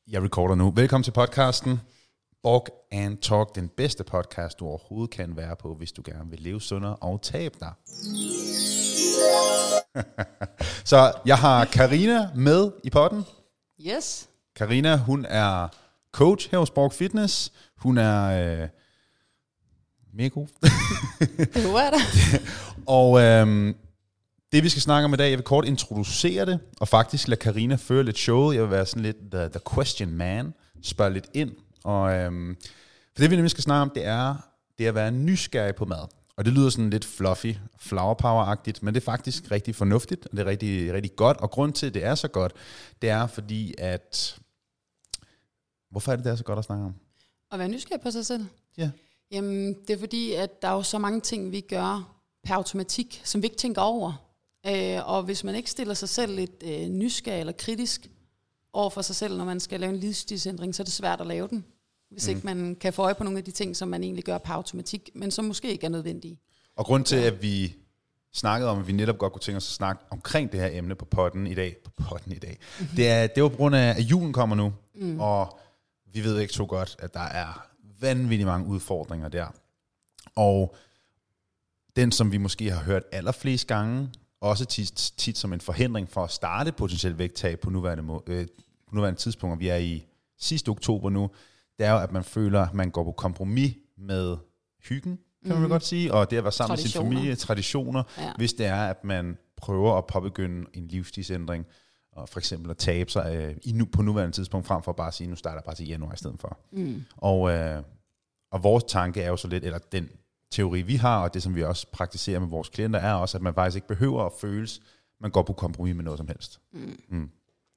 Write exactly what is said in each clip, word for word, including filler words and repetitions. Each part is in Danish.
Jeg recorder nu. Velkommen til podcasten Borg and Talk, den bedste podcast, du overhovedet kan være på, hvis du gerne vil leve sundere og tabe dig. Så jeg har Karina med i podden. Yes. Karina, hun er coach her hos Borg Fitness. Hun er øh, mega god. Det håber jeg da. Og øh, det vi skal snakke om i dag, jeg vil kort introducere det, og faktisk lade Karina føre lidt showet. Jeg vil være sådan lidt the, the question man, spørge lidt ind. Og øhm, for det vi nemlig skal snakke om, det er, det er at være nysgerrig på mad. Og det lyder sådan lidt fluffy, flower power-agtigt, men det er faktisk rigtig fornuftigt, og det er rigtig, rigtig godt. Og grund til, at det er så godt, det er fordi, at... Hvorfor er det, det er så godt at snakke om? At være nysgerrig på sig selv? Ja. Jamen, det er fordi, at der er jo så mange ting, vi gør per automatik, som vi ikke tænker over. Øh, og hvis man ikke stiller sig selv lidt øh, nysgerrig eller kritisk over for sig selv, når man skal lave en livsstilsændring, så er det svært at lave den. Hvis mm. ikke man kan få øje på nogle af de ting, som man egentlig gør per automatik, men som måske ikke er nødvendige. Og grund til, at vi snakkede om, at vi netop godt kunne tænke os at snakke omkring det her emne på podden i dag, på podden i dag, mm-hmm. det er det er på grund af, at julen kommer nu, mm. og vi ved ikke så godt, at der er vanvittigt mange udfordringer der. Og den, som vi måske har hørt allerflest gange, også tit, tit som en forhindring for at starte potentielt vægttab på nuværende, øh, på nuværende tidspunkt, og vi er i sidste oktober nu, det er jo, at man føler, at man går på kompromis med hyggen, kan man mm. godt sige, og det at være sammen med sin familie, traditioner, ja. Hvis det er, at man prøver at påbegynde en livsstilsændring, og for eksempel at tabe sig øh, i nu, på nuværende tidspunkt, frem for at bare sige, nu starter jeg bare til januar i stedet for. Mm. Og, øh, og vores tanke er jo så lidt, eller den teori, vi har, og det, som vi også praktiserer med vores klienter, er også, at man faktisk ikke behøver at føles, man går på kompromis med noget som helst. Mm. Mm.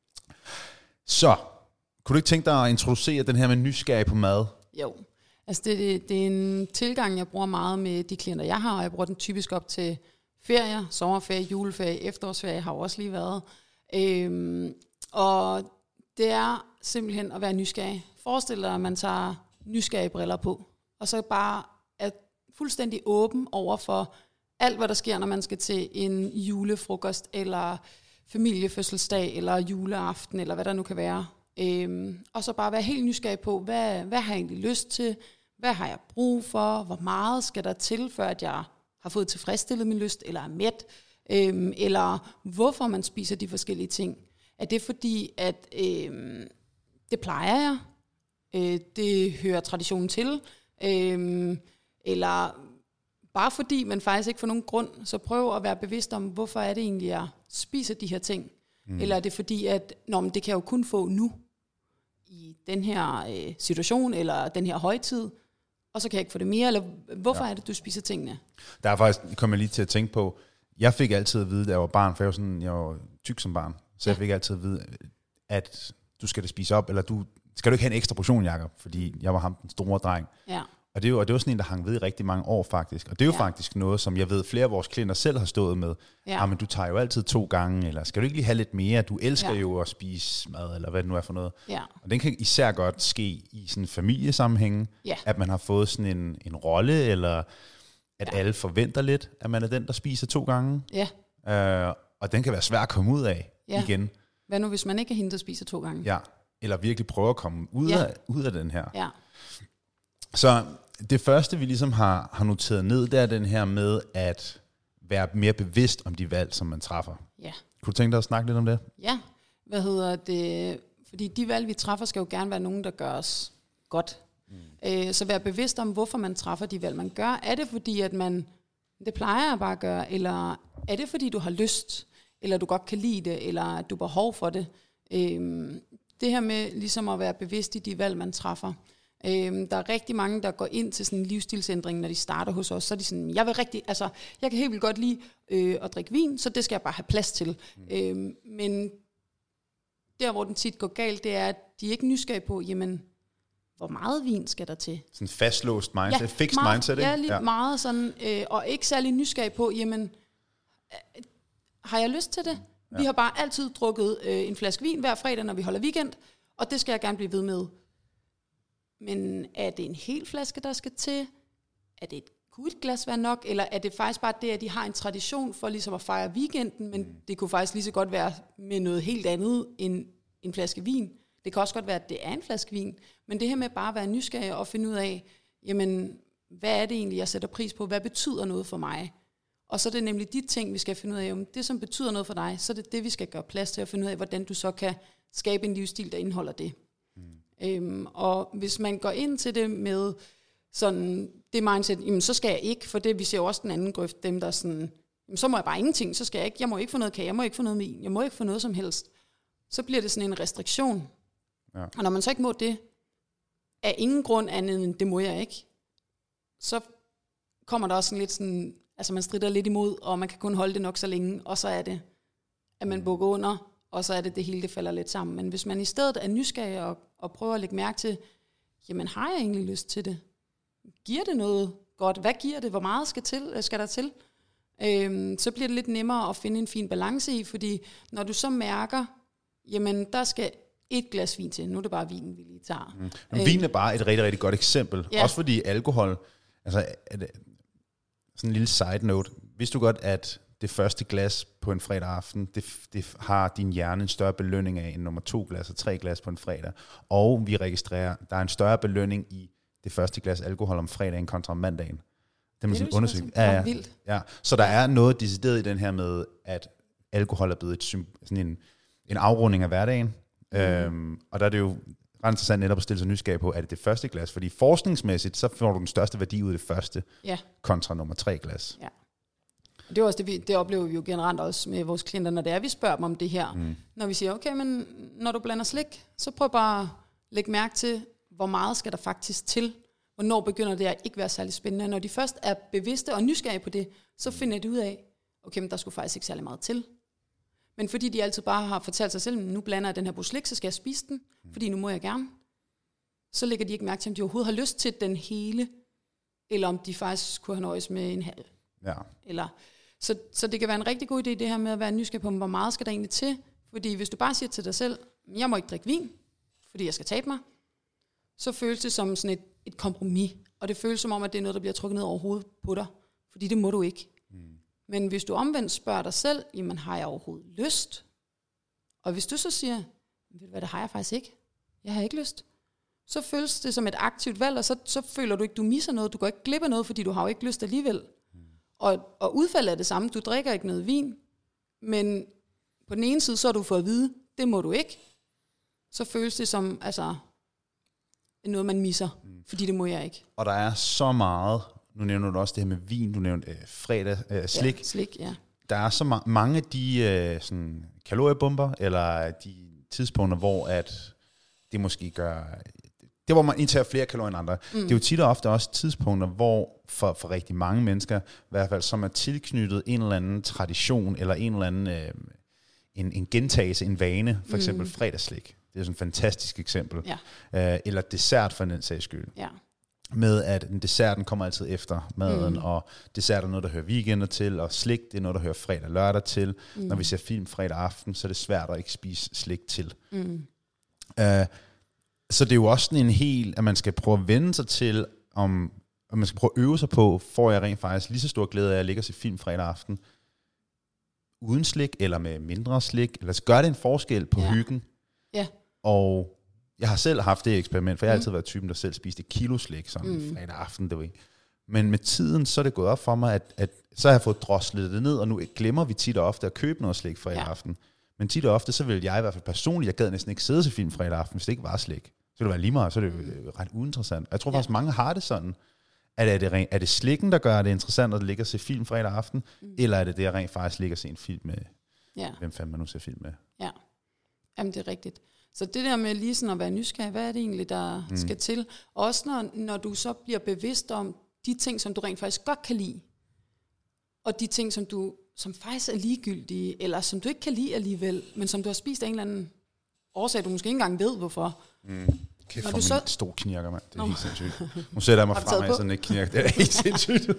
Så, kunne du ikke tænke dig at introducere den her med nysgerrig på mad? Jo, altså det, det, det er en tilgang, jeg bruger meget med de klienter, jeg har, og jeg bruger den typisk op til ferier, sommerferie, juleferie, efterårsferie har også lige været. Øhm, og det er simpelthen at være nysgerrig. Forestil dig, at man tager nysgerrige briller på, og så bare at fuldstændig åben over for alt, hvad der sker, når man skal til en julefrokost, eller familiefødselsdag, eller juleaften, eller hvad der nu kan være. Øhm, og så bare være helt nysgerrig på, hvad, hvad har jeg egentlig lyst til? Hvad har jeg brug for? Hvor meget skal der til, før at jeg har fået tilfredsstillet min lyst, eller er mæt? Øhm, eller hvorfor man spiser de forskellige ting? Er det fordi, at øhm, det plejer jeg? Øh, det hører traditionen til? Øhm, eller bare fordi man faktisk ikke får nogen grund, så prøv at være bevidst om, hvorfor er det egentlig, jeg spiser de her ting. Mm. Eller er det fordi, at nå, men det kan jeg jo kun få nu, i den her øh, situation, eller den her højtid, og så kan jeg ikke få det mere, eller hvorfor ja. er det, du spiser tingene? Der er faktisk, kom jeg lige til at tænke på, jeg fik altid at vide, da jeg var barn, for jeg var, sådan, jeg var tyk som barn, så ja. jeg fik altid at vide, at du skal det spise op, eller du skal du ikke have en ekstra portion, Jacob, fordi jeg var ham den store dreng. Ja. Og det, var, og det var sådan en, der hang ved i rigtig mange år faktisk. Og det er jo ja. faktisk noget, som jeg ved, flere af vores klienter selv har stået med. Ja. Ah, men du tager jo altid to gange, eller skal du ikke lige have lidt mere? Du elsker ja. jo at spise mad, eller hvad det nu er for noget. Ja. Og den kan især godt ske i sådan en familiesammenhæng, ja. at man har fået sådan en, en rolle, eller at ja. alle forventer lidt, at man er den, der spiser to gange. Ja. Øh, og den kan være svær at komme ud af ja. igen. Hvad nu, hvis man ikke er hende, der spiser to gange? Ja, eller virkelig prøve at komme ud, ja. af, ud af den her. Ja. Så det første, vi ligesom har, har noteret ned, det er den her med at være mere bevidst om de valg, som man træffer. Ja. Kunne du tænke dig at snakke lidt om det? Ja, hvad hedder det? Fordi de valg, vi træffer, skal jo gerne være nogen, der gør os godt. Mm. Øh, så vær bevidst om, hvorfor man træffer de valg, man gør. Er det fordi, at man, det plejer jeg bare at gøre, eller er det fordi, du har lyst, eller du godt kan lide det, eller at du har behov for det? Øh, det her med ligesom at være bevidst i de valg, man træffer. Øhm, der er rigtig mange, der går ind til sådan en livsstilsændring, når de starter hos os, så er de sådan, jeg vil rigtig, altså, jeg kan helt vildt godt lide øh, at drikke vin, så det skal jeg bare have plads til. Mm. Øhm, men der, hvor den tit går galt, det er, at de er ikke nysgerrige på, jamen, hvor meget vin skal der til? Sådan en fastlåst mindset, ja, fixed meget, mindset, ikke? Ja, lidt ja. meget sådan, øh, og ikke særlig nysgerrig på, jamen, øh, har jeg lyst til det? Ja. Vi har bare altid drukket øh, en flaske vin hver fredag, når vi holder weekend, og det skal jeg gerne blive ved med. Men er det en hel flaske, der skal til? Er det et, kunne et glas være nok? Eller er det faktisk bare det, at de har en tradition for ligesom at fejre weekenden, men mm. det kunne faktisk lige så godt være med noget helt andet end en flaske vin? Det kan også godt være, at det er en flaske vin, men det her med bare at være nysgerrig og finde ud af, jamen, hvad er det egentlig, jeg sætter pris på? Hvad betyder noget for mig? Og så er det nemlig de ting, vi skal finde ud af. Om det, som betyder noget for dig, så er det det, vi skal gøre plads til at finde ud af, hvordan du så kan skabe en livsstil, der indeholder det. Mm. Øhm, og hvis man går ind til det med sådan det mindset, jamen, så skal jeg ikke, for det vi ser jo også den anden grøft, dem der sådan, jamen, så må jeg bare ingenting, så skal jeg ikke, jeg må ikke få noget kage, jeg må ikke få noget vin, jeg må ikke få noget som helst. Så bliver det sådan en restriktion. Ja. Og når man så ikke må det, af ingen grund andet end, det må jeg ikke, så kommer der også sådan lidt sådan, altså man strider lidt imod, og man kan kun holde det nok så længe, og så er det, at man bukker under, og så er det, det hele det falder lidt sammen. Men hvis man i stedet er nysgerrig og, og prøver at lægge mærke til, jamen har jeg egentlig lyst til det? Giver det noget godt? Hvad giver det? Hvor meget skal, til, skal der til? Øhm, så bliver det lidt nemmere at finde en fin balance i, fordi når du så mærker, jamen der skal et glas vin til. Nu er det bare vinen, vi lige tager. Mm. Men vin er bare et rigtig, rigtig godt eksempel. Ja. Også fordi alkohol, altså er det, sådan en lille side note, vidste du godt, at det første glas på en fredag aften, det, det har din hjerne en større belønning af end nummer to glas og tre glas på en fredag. Og vi registrerer, der er en større belønning i det første glas alkohol om fredagen kontra om mandagen. Det er man sådan undersøgt. Ja, ja, ja. Så der er noget decideret i den her med, at alkohol er blevet et, sådan en, en afrunding af hverdagen. Mm. Øhm, og der er det jo ret interessant netop at stille sig nysgerrig på, er det det første glas? Fordi forskningsmæssigt, så får du den største værdi ud af det første, ja, kontra nummer tre glas. Ja. Det er også det, vi, det oplever vi jo generelt også med vores klienter, når det er, vi spørger dem om det her. Mm. Når vi siger, okay, men når du blander slik, så prøv bare at lægge mærke til, hvor meget skal der faktisk til? Hvornår begynder det at ikke være særlig spændende? Når de først er bevidste og nysgerrige på det, så finder de ud af, okay, men der skulle faktisk ikke særlig meget til. Men fordi de altid bare har fortalt sig selv, nu blander jeg den her pose slik, så skal jeg spise den, fordi nu må jeg gerne. Så lægger de ikke mærke til, om de overhovedet har lyst til den hele, eller om de faktisk kunne have nøjes med en halv. Ja. Eller, så, så det kan være en rigtig god idé, det her med at være nysgerrig på, hvor meget skal der egentlig til. Fordi hvis du bare siger til dig selv, jeg må ikke drikke vin, fordi jeg skal tabe mig, så føles det som sådan et, et kompromis. Og det føles som om, at det er noget, der bliver trukket ned over hovedet på dig. Fordi det må du ikke. Mm. Men hvis du omvendt spørger dig selv, jamen har jeg overhovedet lyst? Og hvis du så siger, ved du hvad, det har jeg faktisk ikke. Jeg har ikke lyst. Så føles det som et aktivt valg, og så, så føler du ikke, du misser noget. Du går ikke glip af noget, fordi du har jo ikke lyst alligevel. Mm. Og, og udfaldet er det samme. Du drikker ikke noget vin, men på den ene side, så har du fået at vide, det må du ikke. Så føles det som altså noget, man misser, mm. fordi det må jeg ikke. Og der er så meget, nu nævner du også det her med vin, du nævnte øh, fredag, øh, slik. Ja, slik, ja. Der er så ma- mange af de øh, sådan, kaloriebomber, eller de tidspunkter, hvor at det måske gør, det hvor man indtager flere kalorier end andre. Mm. Det er jo tit og ofte også tidspunkter, hvor for, for rigtig mange mennesker, i hvert fald som er tilknyttet en eller anden tradition, eller en eller anden øh, en, en gentagelse, en vane, for eksempel mm. fredagsslik. Det er sådan et fantastisk eksempel. Ja. Øh, eller dessert for den sags skyld. Ja. Med at en desserten kommer altid efter maden, mm. og dessert er noget, der hører weekender til, og slik, det er noget, der hører fredag og lørdag til. Mm. Når vi ser film fredag aften, så er det svært at ikke spise slik til. Mm. Uh, så det er jo også sådan en hel, at man skal prøve at vende sig til, om, om man skal prøve at øve sig på, får jeg rent faktisk lige så stor glæde af at ligge og se film fredag aften, uden slik, eller med mindre slik, eller gør det en forskel på ja. hyggen. Ja. Og jeg har selv haft det eksperiment, for jeg har mm. altid været typen, der selv spiste et kilo slik sådan mm. fredag aften. Det var ikke. Men med tiden, så er det gået op for mig, at, at så har jeg fået droslet det ned, og nu glemmer vi tit og ofte at købe noget slik fredag ja. aften. Men tit og ofte, så vil jeg i hvert fald personligt, jeg gad næsten ikke sidde til film fredag aften, hvis det ikke var slik. Så det var lige meget, så er det mm. ret uinteressant. Jeg tror ja. faktisk, mange har det sådan, at er det, rent, er det slikken, der gør det interessant, at det ligger og se film fredag aften, mm. eller er det det, at rent faktisk ligger og se en film med, ja. hvem fanden man nu ser film med? Ja, jamen det er rigtigt. Så det der med lige sådan at være nysgerrig, hvad er det egentlig, der mm. skal til? Også når, når du så bliver bevidst om de ting, som du rent faktisk godt kan lide, og de ting, som du som faktisk er ligegyldige, eller som du ikke kan lide alligevel, men som du har spist af en eller anden årsag, du måske ikke engang ved, hvorfor. Mm. Kæft for min så store knirker, mand. Det er oh. helt sindssygt. Nu sætter jeg mig frem af sådan et knirk. Det er helt sindssygt.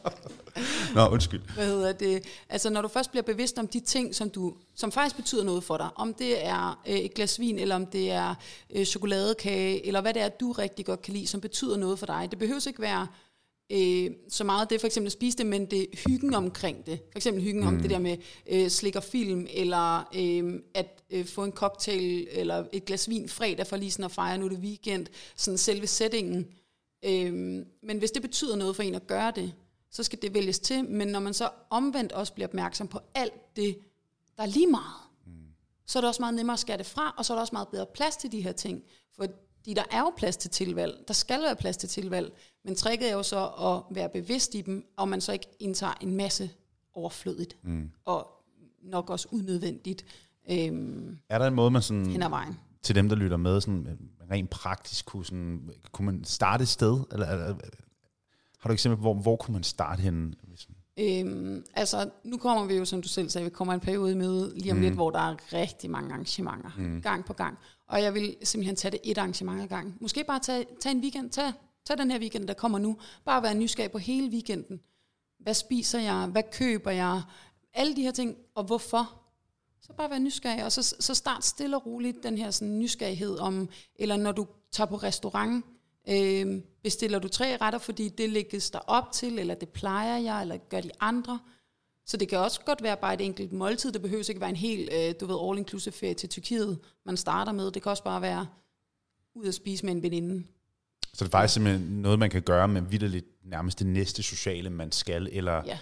Nå, undskyld. Hvad hedder det? Altså, når du først bliver bevidst om de ting, som, du, som faktisk betyder noget for dig, om det er øh, et glas vin, eller om det er øh, chokoladekage, eller hvad det er, du rigtig godt kan lide, som betyder noget for dig. Det behøver ikke være øh, så meget det for eksempel at spise det, men det hyggen omkring det. For eksempel hyggen mm. om det der med øh, slik og film, eller øh, at øh, få en cocktail, eller et glas vin fredag for lige sådan at fejre, nu er det weekend, sådan selve settingen. Øh, men hvis det betyder noget for en at gøre det, så skal det vælges til, men når man så omvendt også bliver opmærksom på alt det, der er lige meget, mm. så er det også meget nemmere at skære det fra, og så er der også meget bedre plads til de her ting. Fordi der er jo plads til tilvalg, der skal være plads til tilvalg, men tricket er jo så at være bevidst i dem, og man så ikke indtager en masse overflødigt, mm. og nok også unødvendigt øhm, er der en måde, man sådan, hen ad vejen. Til dem, der lytter med, sådan, rent praktisk, kunne, sådan, kunne man starte et sted, eller, eller har du et eksempel, hvor, hvor kunne man starte henne? Øhm, altså, nu kommer vi jo, som du selv sagde, vi kommer en periode i møde lige om mm. lidt, hvor der er rigtig mange arrangementer, mm. gang på gang. Og jeg vil simpelthen tage det et arrangement ad gang. Måske bare tage, tage en weekend, tage, tage den her weekend, der kommer nu. Bare være nysgerrig på hele weekenden. Hvad spiser jeg? Hvad køber jeg? Alle de her ting, og hvorfor? Så bare være nysgerrig, og så, så start stille og roligt den her sådan, nysgerrighed om, eller når du tager på restaurant, Øh, bestiller du tre retter, fordi det lægges der op til, eller det plejer jeg, eller gør de andre. Så det kan også godt være bare et enkelt måltid. Det behøver ikke være en helt, øh, du ved, all-inclusive ferie til Tyrkiet, man starter med. Det kan også bare være ud at spise med en veninde. Så det er faktisk simpelthen noget, man kan gøre med vitterligt nærmest det næste sociale, man skal, eller ja.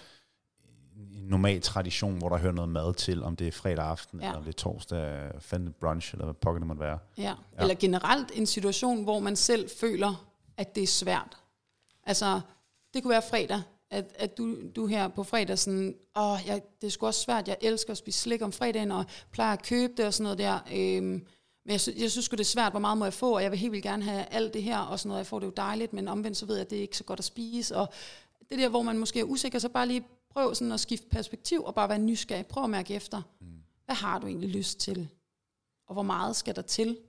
En normal tradition, hvor der hører noget mad til, om det er fredag aften, ja. Eller om det er torsdag, fandt brunch, eller hvad pokker det måtte være. Ja. Ja, eller generelt en situation, hvor man selv føler, at det er svært. Altså, det kunne være fredag, at, at du, du her på fredag sådan, åh, jeg, det er sgu også svært, jeg elsker at spise slik om fredagen, og plejer at købe det og sådan noget der. Øhm, men jeg, jeg synes sgu, det er svært, hvor meget må jeg få, og jeg vil helt vildt gerne have alt det her, og sådan noget, jeg får det jo dejligt, men omvendt så ved jeg, at det er ikke så godt at spise, og det der, hvor man måske er usikker, så bare lige prøv sådan at skifte perspektiv, og bare være nysgerrig. Prøv at mærke efter, mm. hvad har du egentlig lyst til, og hvor meget skal der til?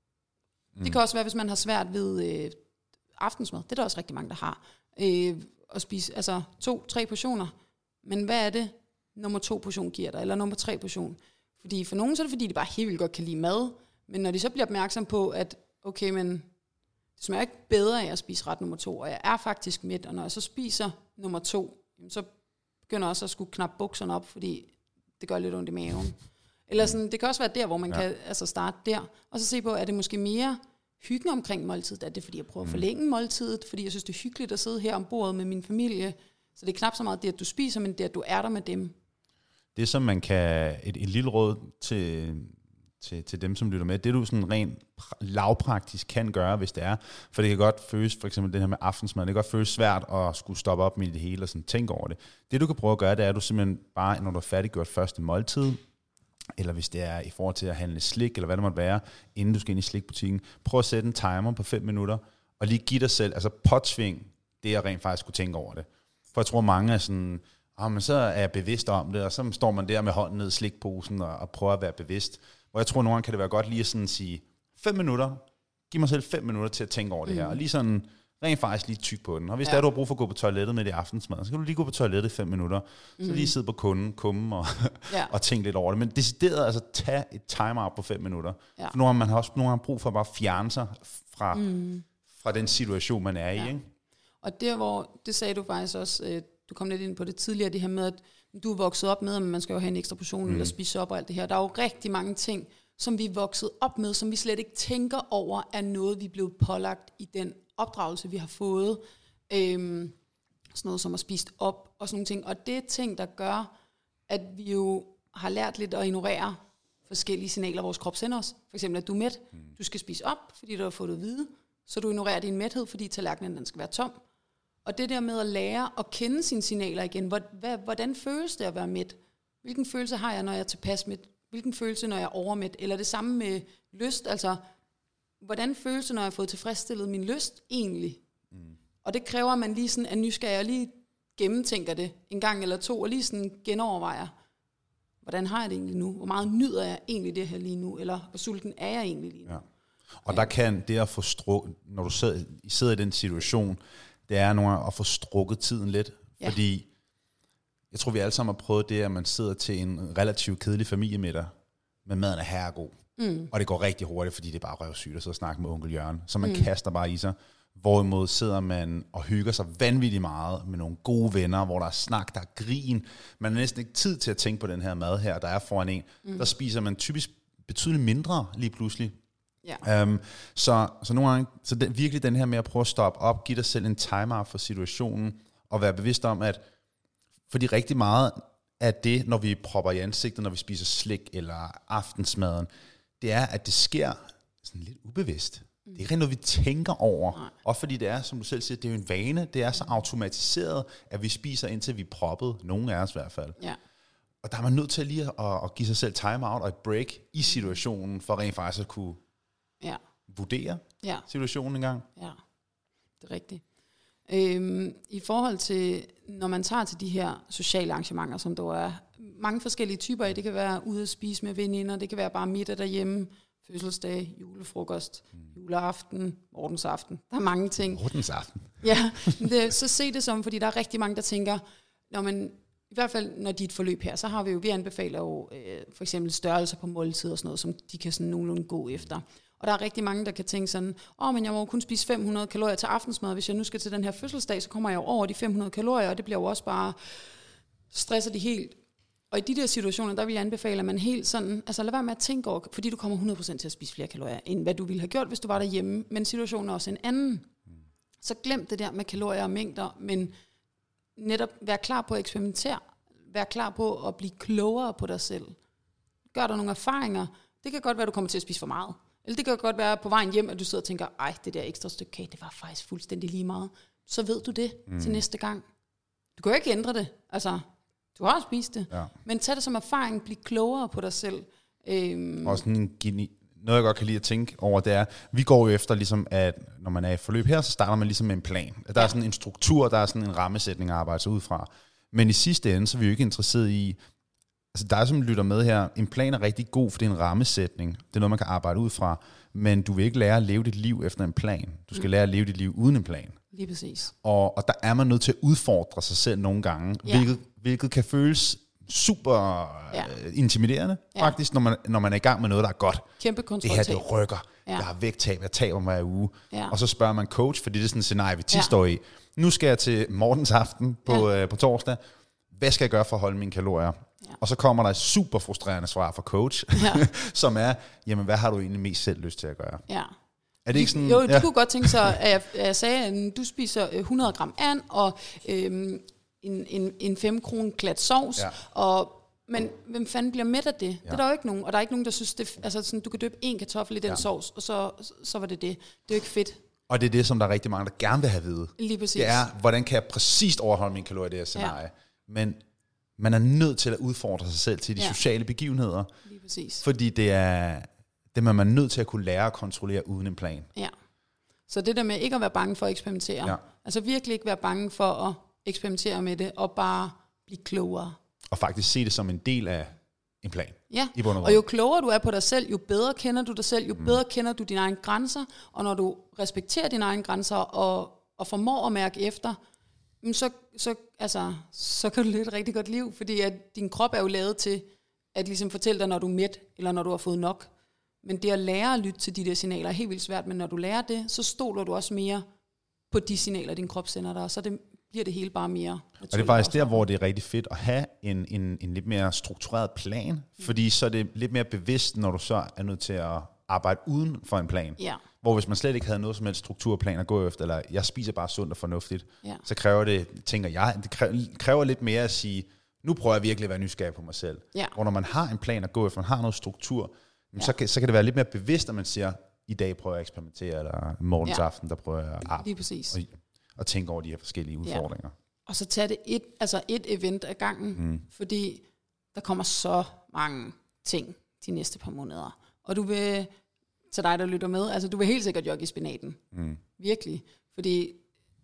Mm. Det kan også være, hvis man har svært ved øh, aftensmad, det er der også rigtig mange, der har, øh, at spise altså to, tre portioner, men hvad er det, nummer to portion giver dig, eller nummer tre portion? Fordi for nogen, så er det fordi, de bare helt vildt godt kan lide mad, men når de så bliver opmærksom på, at okay, men det smager ikke bedre af at spise ret nummer to, og jeg er faktisk mæt, og når jeg så spiser nummer to, så begynder også at skulle knappe bukserne op, fordi det gør lidt ondt i maven. Eller sådan, det kan også være der, hvor man ja. kan altså starte der, og så se på, er det måske mere hyggen omkring måltidet? Er det, fordi jeg prøver at forlænge måltidet, fordi jeg synes, det er hyggeligt at sidde her om bordet med min familie? Så det er knap så meget det, at du spiser, men det, at du er der med dem. Det, som man kan, et, et lille råd til, til, til dem, som lytter med, det du sådan rent lavpraktisk kan gøre, hvis det er, for det kan godt føles, for eksempel det her med aftensmad, det kan godt føles svært at skulle stoppe op med det hele og sådan tænke over det. Det du kan prøve at gøre, det er, at du simpelthen bare, når du er færdiggjort første måltid, eller hvis det er i forhold til at handle slik, eller hvad det måtte være, inden du skal ind i slikbutikken, prøv at sætte en timer på fem minutter, og lige give dig selv, altså påtving det, at rent faktisk skulle tænke over det. For jeg tror, mange er sådan, ah, men så er jeg bevidst om det, og så står man der med hånden ned i slikposen, og, og prøver at være bevidst. Og jeg tror, nogle gange kan det være godt lige at sådan sige, fem minutter, giv mig selv fem minutter til at tænke over det her, mm. og lige sådan, rent faktisk lige tyk på den. Og hvis ja. der er, du har brug for at gå på toilettet med det aftensmad, så kan du lige gå på toilettet i fem minutter, mm. så lige sidde på kunden, kumme og, ja. og tænke lidt over det. Men decideret, altså tage et timer på fem minutter. Ja. For nogle gange, man har også nogle gange brug for at bare fjerne sig fra, mm. fra den situation, man er i. Ja. Ikke? Og der, hvor, det sagde du faktisk også, øh, du kom lidt ind på det tidligere, det her med, at du er vokset op med, at man skal jo have en ekstra portion, mm. eller spise op og alt det her. Der er jo rigtig mange ting, som vi er vokset op med, som vi slet ikke tænker over, er noget, vi er blevet pålagt i den opdragelse, vi har fået. Øhm, sådan noget som at spise op og sådan nogle ting. Og det er ting, der gør, at vi jo har lært lidt at ignorere forskellige signaler, vores krop sender os. For eksempel, at du er mæt. Mm. Du skal spise op, fordi du har fået det at vide. Så du ignorerer din mæthed, fordi tallerkenen den skal være tom. Og det der med at lære at kende sine signaler igen. Hvordan føles det at være mæt? Hvilken følelse har jeg, når jeg er tilpas mæt? Hvilken følelse, når jeg er overmæt? Eller det samme med lyst. Altså, hvordan føles det, når jeg har fået tilfredsstillet min lyst egentlig? Mm. Og det kræver, at man lige sådan er nysgerrig og lige gennemtænker det en gang eller to, og lige sådan genovervejer, hvordan har jeg det egentlig nu? Hvor meget nyder jeg egentlig det her lige nu? Eller hvor sulten er jeg egentlig lige nu? Ja. Og der kan det at få strukket, når du sidder, sidder i den situation, det er nogle gange at få strukket tiden lidt. Ja. Fordi jeg tror, vi alle sammen har prøvet det, at man sidder til en relativt kedelig familiemiddag, men maden er herregod. Mm. Og det går rigtig hurtigt, fordi det er bare røvsygt at sidde og snakke med onkel Jørgen. Så man mm. kaster bare i sig. Hvorimod sidder man og hygger sig vanvittigt meget med nogle gode venner, hvor der er snak, der er grin. Man har næsten ikke tid til at tænke på den her mad her, der er foran en. Mm. Der spiser man typisk betydeligt mindre lige pludselig. Ja. Um, så, så nogle gange, så det, virkelig den her med at prøve at stoppe op, give dig selv en timer for situationen, og være bevidst om, at fordi rigtig meget af det, når vi propper i ansigtet, når vi spiser slik eller aftensmaden, det er, at det sker sådan lidt ubevidst. Det er ikke noget, vi tænker over. Nej. Og fordi det er, som du selv siger, det er jo en vane. Det er så automatiseret, at vi spiser indtil vi er proppet. Nogen af os i hvert fald. Ja. Og der er man nødt til lige at, at give sig selv time out og et break i situationen, for rent faktisk at kunne ja. vurdere ja. situationen en gang. Ja, det er rigtigt. Øhm, I forhold til, når man tager til de her sociale arrangementer, som der er mange forskellige typer i, det kan være ude at spise med veninder, det kan være bare middag derhjemme, fødselsdag, julefrokost, mm. juleaften, morgensaften. Der er mange ting. Morgensaften? Ja, det, så se det som, fordi der er rigtig mange, der tænker, når man, i hvert fald når de er et forløb her, så har vi jo, vi anbefaler jo øh, for eksempel størrelser på måltid og sådan noget, som de kan sådan nogenlunde gå efter. Og der er rigtig mange, der kan tænke sådan, åh, oh, men jeg må kun spise fem hundrede kalorier til aftensmad. Hvis jeg nu skal til den her fødselsdag, så kommer jeg jo over de fem hundrede kalorier, og det bliver jo også bare, stresser de helt. Og i de der situationer, der vil jeg anbefale, at man helt sådan, altså lad være med at tænke over, fordi du kommer hundrede procent til at spise flere kalorier, end hvad du ville have gjort, hvis du var derhjemme. Men situationen er også en anden. Så glem det der med kalorier og mængder, men netop vær klar på at eksperimentere. Vær klar på at blive klogere på dig selv. Gør dig nogle erfaringer. Det kan godt være, at du kommer til at spise for meget. Eller det kan godt være på vejen hjem, at du sidder og tænker, ej, det der ekstra stykke kage, det var faktisk fuldstændig lige meget. Så ved du det mm. til næste gang. Du kan jo ikke ændre det. Altså, du har spist det. Ja. Men tag det som erfaring, bliv klogere på dig selv. Øhm. Og sådan en geni- noget, jeg godt kan lide at tænke over, det er, vi går jo efter, ligesom, at når man er i forløb her, så starter man ligesom med en plan. Der ja. er sådan en struktur, der er sådan en rammesætning at arbejde sig ud fra. Men i sidste ende, så er vi jo ikke interesseret i, altså dig, som lytter med her, en plan er rigtig god, for det er en rammesætning. Det er noget, man kan arbejde ud fra. Men du vil ikke lære at leve dit liv efter en plan. Du skal mm. lære at leve dit liv uden en plan. Lige præcis. Og, og der er man nødt til at udfordre sig selv nogle gange, ja. hvilket, hvilket kan føles super ja. øh, intimiderende, ja. faktisk, når man, når man er i gang med noget, der er godt. Kæmpe kontroltab. Det her, det rykker. Ja. Jeg har vægttab, jeg taber mig hver uge. Ja. Og så spørger man coach, fordi det er sådan et scenarie, vi tit ja. står i. Nu skal jeg til morgensaften på, ja. øh, på torsdag. Hvad skal jeg gøre for at holde mine kalorier? Ja. Og så kommer der et super frustrerende svar fra coach, ja. som er, jamen hvad har du egentlig mest selv lyst til at gøre? Ja. Er det ikke sådan? Jo, du ja. kunne godt tænke sig, at jeg, at jeg sagde, at du spiser hundrede gram and, og øhm, en, en, en fem kroner klat sovs, ja. og, men hvem fanden bliver mæt af det? Ja. Det er der jo ikke nogen, og der er ikke nogen, der synes, det, altså sådan, du kan døbe en kartoffel i den ja. sovs, og så, så var det det. Det er jo ikke fedt. Og det er det, som der er rigtig mange, der gerne vil have at vide. Lige præcis. Det er, hvordan kan jeg præcist overholde mine kalorier i det her scenarie? Ja. Men man er nødt til at udfordre sig selv til de ja. sociale begivenheder. Lige præcis. Fordi det er, det er man nødt til at kunne lære at kontrollere uden en plan. Ja. Så det der med ikke at være bange for at eksperimentere. Ja. Altså virkelig ikke være bange for at eksperimentere med det, og bare blive klogere. Og faktisk se det som en del af en plan. Ja, i bund og, og jo klogere du er på dig selv, jo bedre kender du dig selv, jo mm. bedre kender du dine egne grænser. Og når du respekterer dine egne grænser, og, og formår at mærke efter, så, så, altså, så kan du leve et rigtig godt liv, fordi at din krop er jo lavet til at ligesom fortælle dig, når du er mæt, eller når du har fået nok. Men det at lære at lytte til de der signaler er helt vildt svært, men når du lærer det, så stoler du også mere på de signaler, din krop sender dig, og så det, bliver det hele bare mere naturligt. Og det er faktisk der, hvor det er rigtig fedt at have en, en, en lidt mere struktureret plan, mm. fordi så er det lidt mere bevidst, når du så er nødt til at arbejde uden for en plan. Ja. Hvor hvis man slet ikke havde noget som helst strukturplan at gå efter, eller jeg spiser bare sundt og fornuftigt, ja. så kræver det, tænker jeg, det kræver, kræver lidt mere at sige, nu prøver jeg virkelig at være nysgerrig på mig selv. Ja. Og når man har en plan at gå efter, man har noget struktur, ja. så, kan, så kan det være lidt mere bevidst, at man siger, i dag prøver jeg at eksperimentere, eller morgensaften, ja. der prøver jeg at arbejde, og, og tænke over de her forskellige udfordringer. Ja. Og så tage det et, altså et event ad gangen, mm. fordi der kommer så mange ting de næste par måneder. Og du vil, til dig der lytter med, altså du vil helt sikkert jogge i spinaten. Mm. Virkelig. Fordi,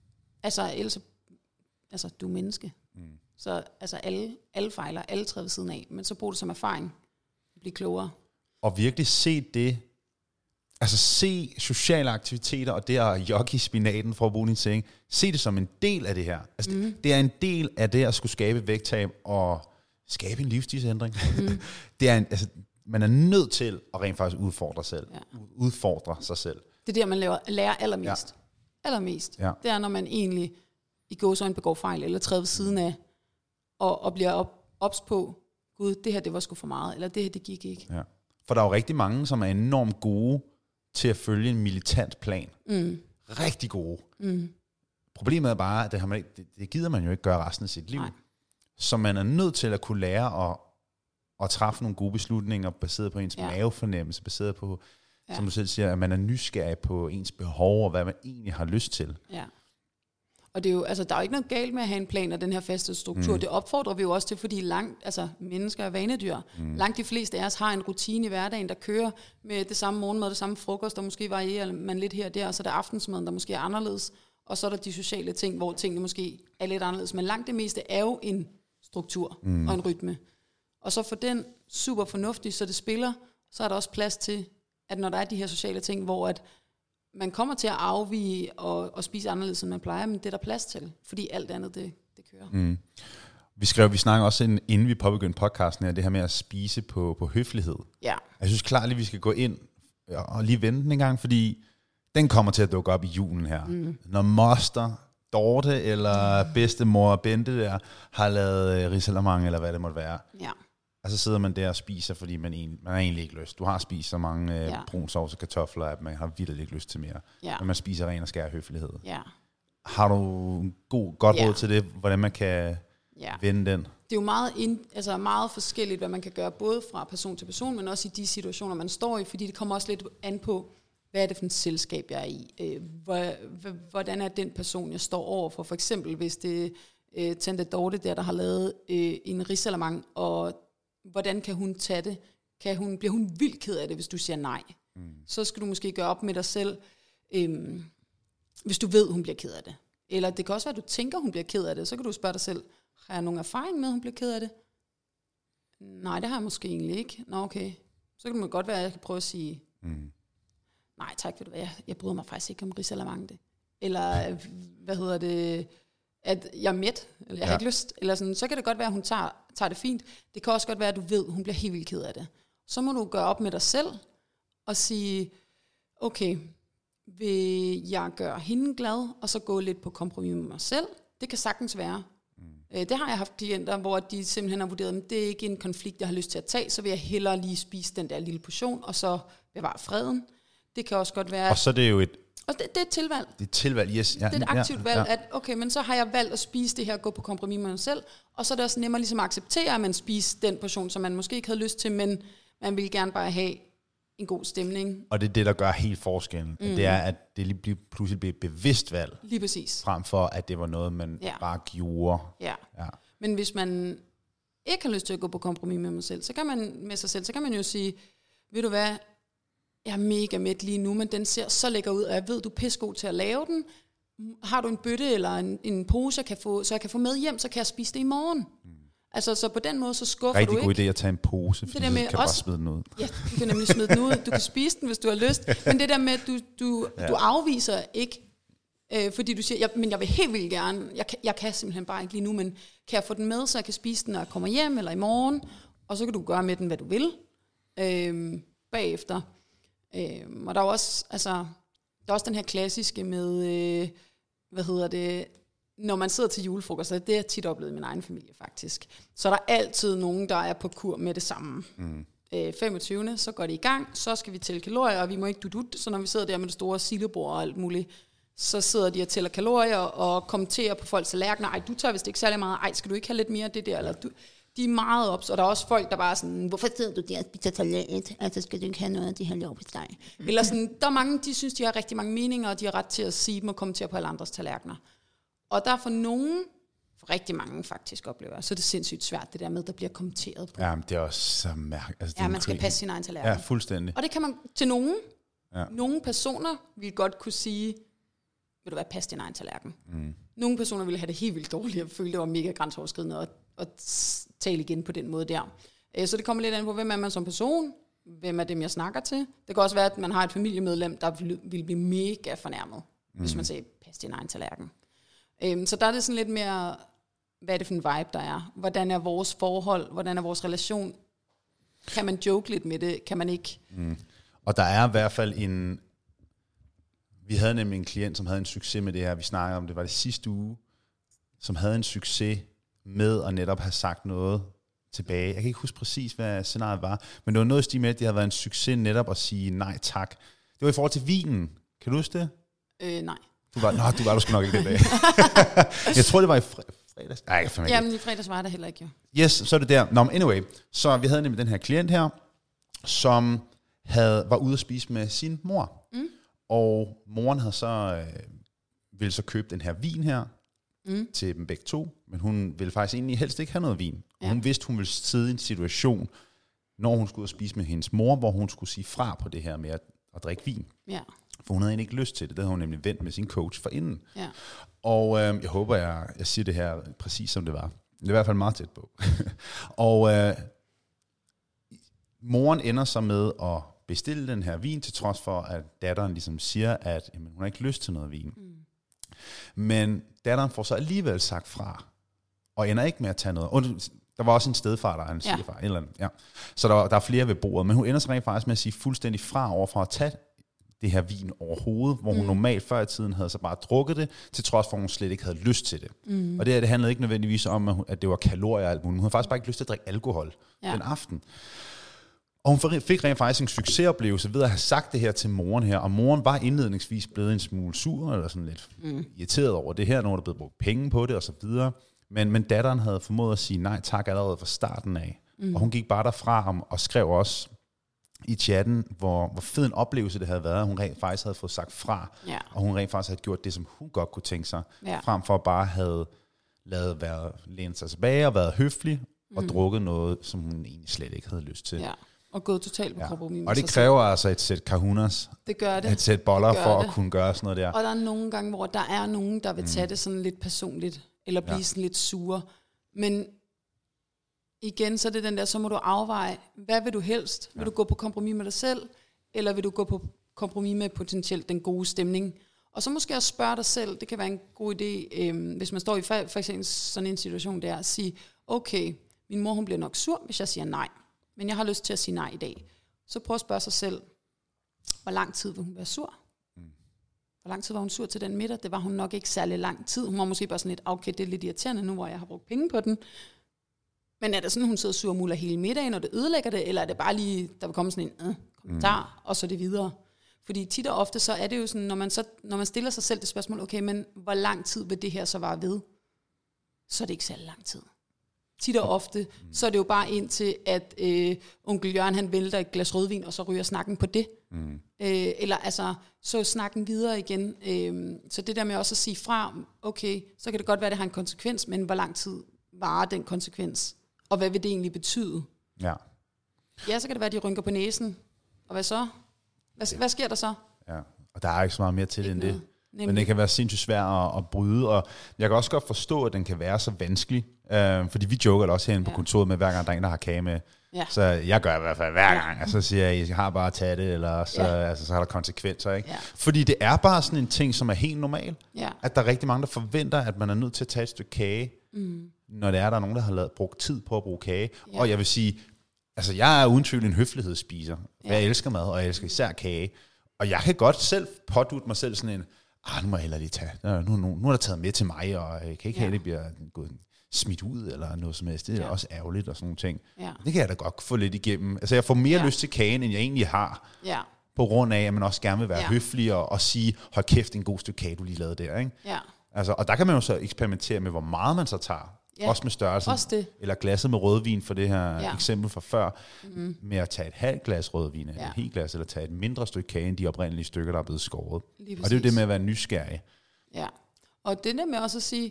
altså ellers, altså du er menneske. Mm. Så altså alle, alle fejler, alle træder ved siden af, men så brug det som erfaring. Bliv klogere. Og virkelig se det, altså se sociale aktiviteter og det at jogge i spinaten, for at bruge din ting, se det som en del af det her. Altså mm. det, det er en del af det at skulle skabe vægttab og skabe en livsstilsændring. Mm. det er en, altså, man er nødt til at rent faktisk udfordre, selv. Ja. udfordre sig selv. Det er der, man laver, lærer allermest. allermest. Ja. Det er, når man egentlig i gåseøjne begår fejl, eller træder ved siden af, og, og bliver op, ops på, gud, det her, det var sgu for meget, eller det her, det gik ikke. Ja. For der er jo rigtig mange, som er enormt gode til at følge en militant plan. Mm. Rigtig gode. Mm. Problemet er bare, at det, har man ikke, det, det gider man jo ikke gøre resten af sit liv. Nej. Så man er nødt til at kunne lære at, at træffe nogle gode beslutninger, baseret på ens Ja. mavefornemmelse, baseret på, Ja. som du selv siger, at man er nysgerrig på ens behov, og hvad man egentlig har lyst til. Ja. Og det er jo, altså, der er jo ikke noget galt med at have en plan og den her faste struktur. Mm. Det opfordrer vi jo også til, fordi langt, altså, mennesker er vanedyr. Mm. Langt de fleste af os har en rutine i hverdagen, der kører med det samme morgenmad, det samme frokost, der måske varierer man lidt her og der, og så er der aftensmaden, der måske er anderledes, og så er der de sociale ting, hvor tingene måske er lidt anderledes. Men langt det meste er jo en struktur mm. og en rytme. Og så for den super fornuftig, så det spiller, så er der også plads til, at når der er de her sociale ting, hvor at man kommer til at afvige og, og spise anderledes, end man plejer, men det er der plads til, fordi alt andet, det, det kører. Mm. Vi skrev, vi snakker også, inden vi påbegyndte podcasten her, det her med at spise på, på høflighed. Ja. Jeg synes klart, at vi skal gå ind og lige vente den en gang, fordi den kommer til at dukke op i julen her. Mm. Når moster, Dorte eller bedstemor Bente der har lavet risalamande, eller hvad det måtte være. Ja. Og så sidder man der og spiser, fordi man, egentlig, man har egentlig ikke lyst. Du har spist så mange øh, Ja. brun sovs og kartofler, at man har vildt ikke lyst til mere. Ja. Men man spiser ren og skær høflighed. Ja. Har du en god, godt Ja. råd til det, hvordan man kan Ja. vende den? Det er jo meget, ind, altså meget forskelligt, hvad man kan gøre, både fra person til person, men også i de situationer, man står i, fordi det kommer også lidt an på, hvad er det for et selskab, jeg er i? Øh, hvor, hvordan er den person, jeg står over for? For eksempel, hvis det er øh, Tante Dorte der, der har lavet øh, en risalamande, og hvordan kan hun tage det? Kan hun, bliver hun vildt ked af det, hvis du siger nej? Mm. Så skal du måske gøre op med dig selv, øh, hvis du ved, hun bliver ked af det. Eller det kan også være, at du tænker, hun bliver ked af det. Så kan du spørge dig selv, har jeg nogen erfaring med, at hun bliver ked af det? Nej, det har jeg måske egentlig ikke. Nå, okay. Så kan det godt være, at jeg kan prøve at sige, Mm. nej tak, ved du hvad, jeg, jeg bryder mig faktisk ikke om risalamande. Eller, hvad hedder det, at jeg er mæt, eller jeg ja. har ikke lyst. Eller sådan, så kan det godt være, at hun tager, tager det fint. Det kan også godt være, at du ved, at hun bliver helt vildt ked af det. Så må du gøre op med dig selv, og sige, okay, vil jeg gøre hende glad, og så gå lidt på kompromis med mig selv? Det kan sagtens være. Mm. Det har jeg haft klienter, hvor de simpelthen har vurderet, at det er ikke en konflikt, jeg har lyst til at tage, så vil jeg hellere lige spise den der lille portion, og så bevare freden. Det kan også godt være... Og så er det jo et... Og det, det er et tilvalg. Det er et tilvalg, yes. Ja, det er et aktivt ja, valg, ja. at okay, men så har jeg valgt at spise det her, gå på kompromis med mig selv, og så er det også nemmere ligesom at acceptere, at man spiser den portion, som man måske ikke havde lyst til, men man vil gerne bare have en god stemning. Og det er det, der gør helt forskellen. Mm. Det er, at det lige bliver, pludselig bliver et bevidst valg. Lige præcis. Frem for, at det var noget, man Ja. bare gjorde. Ja. Ja. Men hvis man ikke har lyst til at gå på kompromis med mig selv, så kan man med sig selv, så kan man jo sige, ved du hvad, jeg er mega mæt lige nu, men den ser så lækker ud, og jeg ved, du er pissegod til at lave den. Har du en bøtte eller en, en pose, jeg kan få, så jeg kan få med hjem, så kan jeg spise det i morgen. Mm. Altså, så på den måde, så skuffer Rigtig du god ikke. idé at tage en pose, fordi Det der så med kan du også- bare smide den ud. Ja, du kan nemlig smide den ud. Du kan spise den, hvis du har lyst. Men det der med, at du, du, Ja. du afviser ikke, øh, fordi du siger, jeg, men jeg vil helt vildt gerne, jeg kan, jeg kan simpelthen bare ikke lige nu, men kan jeg få den med, så jeg kan spise den, når jeg kommer hjem eller i morgen, og så kan du gøre med den, hvad du vil, øh, bagefter. Øh, og der er jo også, altså, der er også den her klassiske med, øh, hvad hedder det, når man sidder til julefrokost, det har jeg tit oplevet i min egen familie faktisk, så er der altid nogen, der er på kur med det samme. Mm. Øh, femogtyvende så går det i gang, så skal vi tælle kalorier, og vi må ikke dudut, så når vi sidder der med det store silebord og alt muligt, så sidder de og tæller kalorier og kommenterer på folks tallerkener, ej, du tager vist ikke særlig meget, ej, skal du ikke have lidt mere af det der, eller du, de er meget ops, og der er også folk, der bare er sådan, hvorfor sidder du der og spiser salat, altså skal du ikke have noget af de her leverpostej? Mm. Eller sådan, der er mange, de synes, de har rigtig mange meninger, og de har ret til at sige dem og kommentere på alle andres tallerkener. Og der er for nogen, for rigtig mange faktisk oplever, så er det sindssygt svært, det der med, der bliver kommenteret på. Ja, men det er også så mærkeligt. Altså, det er Ja, en man skal krig. passe sin egen tallerken. Ja, fuldstændig. Og det kan man til nogen. Ja. Nogle personer vil godt kunne sige, vil du være passe din egen tallerken. Mm. Nogle personer ville have det helt vildt dårligt, og føle, det var mega grænseoverskridende at, at tale igen på den måde der. Så det kommer lidt an på, hvem er man som person, hvem er dem, jeg snakker til. Det kan også være, at man har et familiemedlem, der vil, vil blive mega fornærmet, mm. hvis man siger, pas din egen tallerken. Så der er det sådan lidt mere, hvad er det for en vibe, der er? Hvordan er vores forhold? Hvordan er vores relation? Kan man joke lidt med det? Kan man ikke? Mm. Og der er i hvert fald en, Vi havde nemlig en klient, som havde en succes med det her. Vi snakkede om det, var det sidste uge, som havde en succes med at netop have sagt noget tilbage. Jeg kan ikke huske præcis, hvad scenariet var, men det var noget i stil med, at det havde været en succes netop at sige nej tak. Det var i forhold til vinen. Kan du huske det? Øh, nej. Du var, nå, du var du sgu nok ikke den dag. Jeg tror, det var i fredags. Nej, jeg ikke. Jamen, i fredags var det heller ikke, jo. Yes, så er det der. Nå, men anyway. Så vi havde nemlig den her klient her, som havde, var ude at spise med sin mor. Mm. Og moren havde så, øh, ville så købe den her vin her, mm. til dem begge to, men hun ville faktisk egentlig helst ikke have noget vin. Ja. Hun vidste, hun ville sidde i en situation, når hun skulle ud og spise med hendes mor, hvor hun skulle sige fra på det her med at, at drikke vin. Ja. For hun havde egentlig ikke lyst til det. Det havde hun nemlig vendt med sin coach for inden. Ja. Og øh, jeg håber, jeg, jeg siger det her præcis som det var. Det er i hvert fald meget tæt på. og øh, moren ender så med at bestille den her vin, til trods for, at datteren ligesom siger, at jamen, hun har ikke lyst til noget vin. Mm. Men datteren får så alligevel sagt fra, og ender ikke med at tage noget. Og der var også en stedfar, der er en ja. Svigerfar, eller andet, ja. Så der, der er flere ved bordet, men hun ender så rent faktisk med at sige fuldstændig fra over for at tage det her vin overhovedet, hvor hun mm. normalt før i tiden havde så bare drukket det, til trods for, at hun slet ikke havde lyst til det. Mm. Og det her, det handlede ikke nødvendigvis om, at det var kalorier og alt muligt. Hun havde faktisk bare ikke lyst til at drikke alkohol ja. Den aften. Og hun fik rent faktisk en succesoplevelse ved at have sagt det her til moren her, og moren var indledningsvis blevet en smule sur, eller sådan lidt mm. irriteret over det her, når der blev brugt penge på det, og så videre. Men, men datteren havde formået at sige nej tak allerede fra starten af. Mm. Og hun gik bare derfra og skrev også i chatten, hvor, hvor fed en oplevelse det havde været, at hun rent faktisk havde fået sagt fra, ja. Og hun rent faktisk havde gjort det, som hun godt kunne tænke sig, ja. Frem for at bare havde lavet være, lænet sig tilbage og været høflig, og mm. drukket noget, som hun egentlig slet ikke havde lyst til. Ja. Og gået totalt på ja. Kompromis. Og det kræver selv. Altså et sæt kahunas, det gør det. Et sæt boller for det. At kunne gøre sådan noget der. Og der er nogle gange, hvor der er nogen, der vil tage mm. det sådan lidt personligt, eller blive ja. Sådan lidt sure. Men igen, så er det den der, så må du afveje, hvad vil du helst? Ja. Vil du gå på kompromis med dig selv, eller vil du gå på kompromis med potentielt den gode stemning? Og så måske også spørge dig selv, det kan være en god idé, øh, hvis man står i for, for eksempel sådan en situation der, at sige, okay, min mor hun bliver nok sur, hvis jeg siger nej, men jeg har lyst til at sige nej i dag. Så prøv at spørge sig selv, hvor lang tid vil hun være sur? Mm. Hvor lang tid var hun sur til den middag? Det var hun nok ikke særlig lang tid. Hun var måske bare sådan lidt, okay, det er lidt irriterende nu, hvor jeg har brugt penge på den. Men er det sådan, hun sidder sur og muller hele middagen, og det ødelægger det, eller er det bare lige, der vil komme sådan en øh, kommentar, mm. og så er det videre? Fordi tit og ofte, så er det jo sådan, når man, så, når man stiller sig selv det spørgsmål, okay, men hvor lang tid vil det her så vare ved? Så er det ikke særlig lang tid. Tit og ofte, mm. så er det jo bare indtil, at øh, onkel Jørgen, han vælter et glas rødvin, og så ryger snakken på det. Mm. Øh, eller altså, så snakken videre igen. Øh, så det der med også at sige fra, okay, så kan det godt være, at det har en konsekvens, men hvor lang tid varer den konsekvens? Og hvad vil det egentlig betyde? Ja. Ja, så kan det være, at de rynker på næsen. Og hvad så? Hvad, hvad sker der så? Ja, og der er ikke så meget mere til det end det. Nemlig. Men det kan være sindssygt svært at, at bryde, og jeg kan også godt forstå, at den kan være så vanskelig, øh, fordi vi joker også herinde ja. På kontoret med, hver gang der er en, der har kage med. Ja. Så jeg gør i hvert fald hver gang, ja. Og så siger jeg, jeg har bare at tage det, eller så, ja. altså, så har der konsekvenser. Ikke? Ja. Fordi det er bare sådan en ting, som er helt normal, ja. At der er rigtig mange, der forventer, at man er nødt til at tage et stykke kage, mm. når det er, der er nogen, der har lavet, brugt tid på at bruge kage. Ja. Og jeg vil sige, altså jeg er uden tvivl en høflighedsspiser. Ja. Jeg elsker mad, og jeg elsker især kage. Og jeg kan godt selv pådutte mig selv sådan en, ah, nu må jeg hellere lige tage. Nu, nu, nu er der taget med til mig, og jeg kan ikke ja. Have, det bliver gået smidt ud, eller noget som helst. Det er ja. Også ærgerligt, og sådan nogle ting. Ja. Det kan jeg da godt få lidt igennem. Altså, jeg får mere ja. Lyst til kagen, end jeg egentlig har. Ja. På grund af, at man også gerne vil være ja. Høflig, og, og sige, hold kæft, en god stykke kage, du lige lavede der. Ikke? Ja. Altså, og der kan man jo så eksperimentere med, hvor meget man så tager. Ja. Også med størrelsen. Også det. Eller glasset med rødvin, for det her ja. Eksempel fra før. Mm-hmm. Med at tage et halvt glas rødvin, eller ja. Et helt glas, eller tage et mindre stykke kage, end de oprindelige stykker, der er blevet skåret. Og det er jo det med at være nysgerrig. Ja, og det der med også at sige,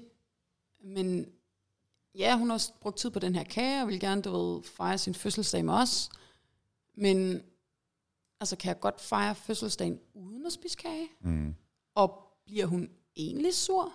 men ja, hun har brugt tid på den her kage, og vil gerne, du ved, fejre sin fødselsdag med os. Men altså, kan jeg godt fejre fødselsdagen uden at spise kage? Mm. Og bliver hun egentlig sur,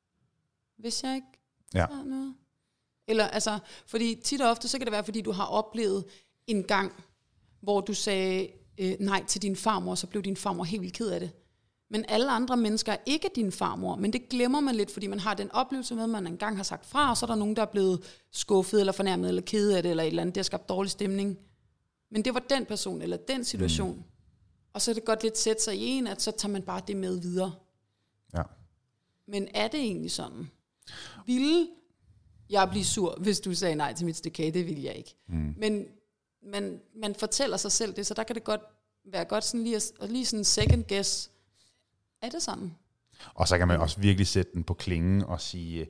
hvis jeg ikke ja. Tager noget? Eller altså, fordi tit og ofte, så kan det være, fordi du har oplevet en gang, hvor du sagde øh, nej til din farmor, så blev din farmor helt vildt ked af det. Men alle andre mennesker er ikke din farmor, men det glemmer man lidt, fordi man har den oplevelse med, at man engang har sagt fra, og så er der nogen, der er blevet skuffet, eller fornærmet, eller ked af det, eller et eller andet, det har skabt dårlig stemning. Men det var den person, eller den situation. Mm. og så er det godt lidt sætte sig i en, at så tager man bare det med videre. Ja. Men er det egentlig sådan? Ville jeg blive sur, hvis du sagde nej til mit stikade? Det vil jeg ikke. Mm. Men man, man fortæller sig selv det, så der kan det godt være godt sådan lige, at, lige sådan second guess. Er det sådan? Og så kan man også virkelig sætte den på klingen og sige,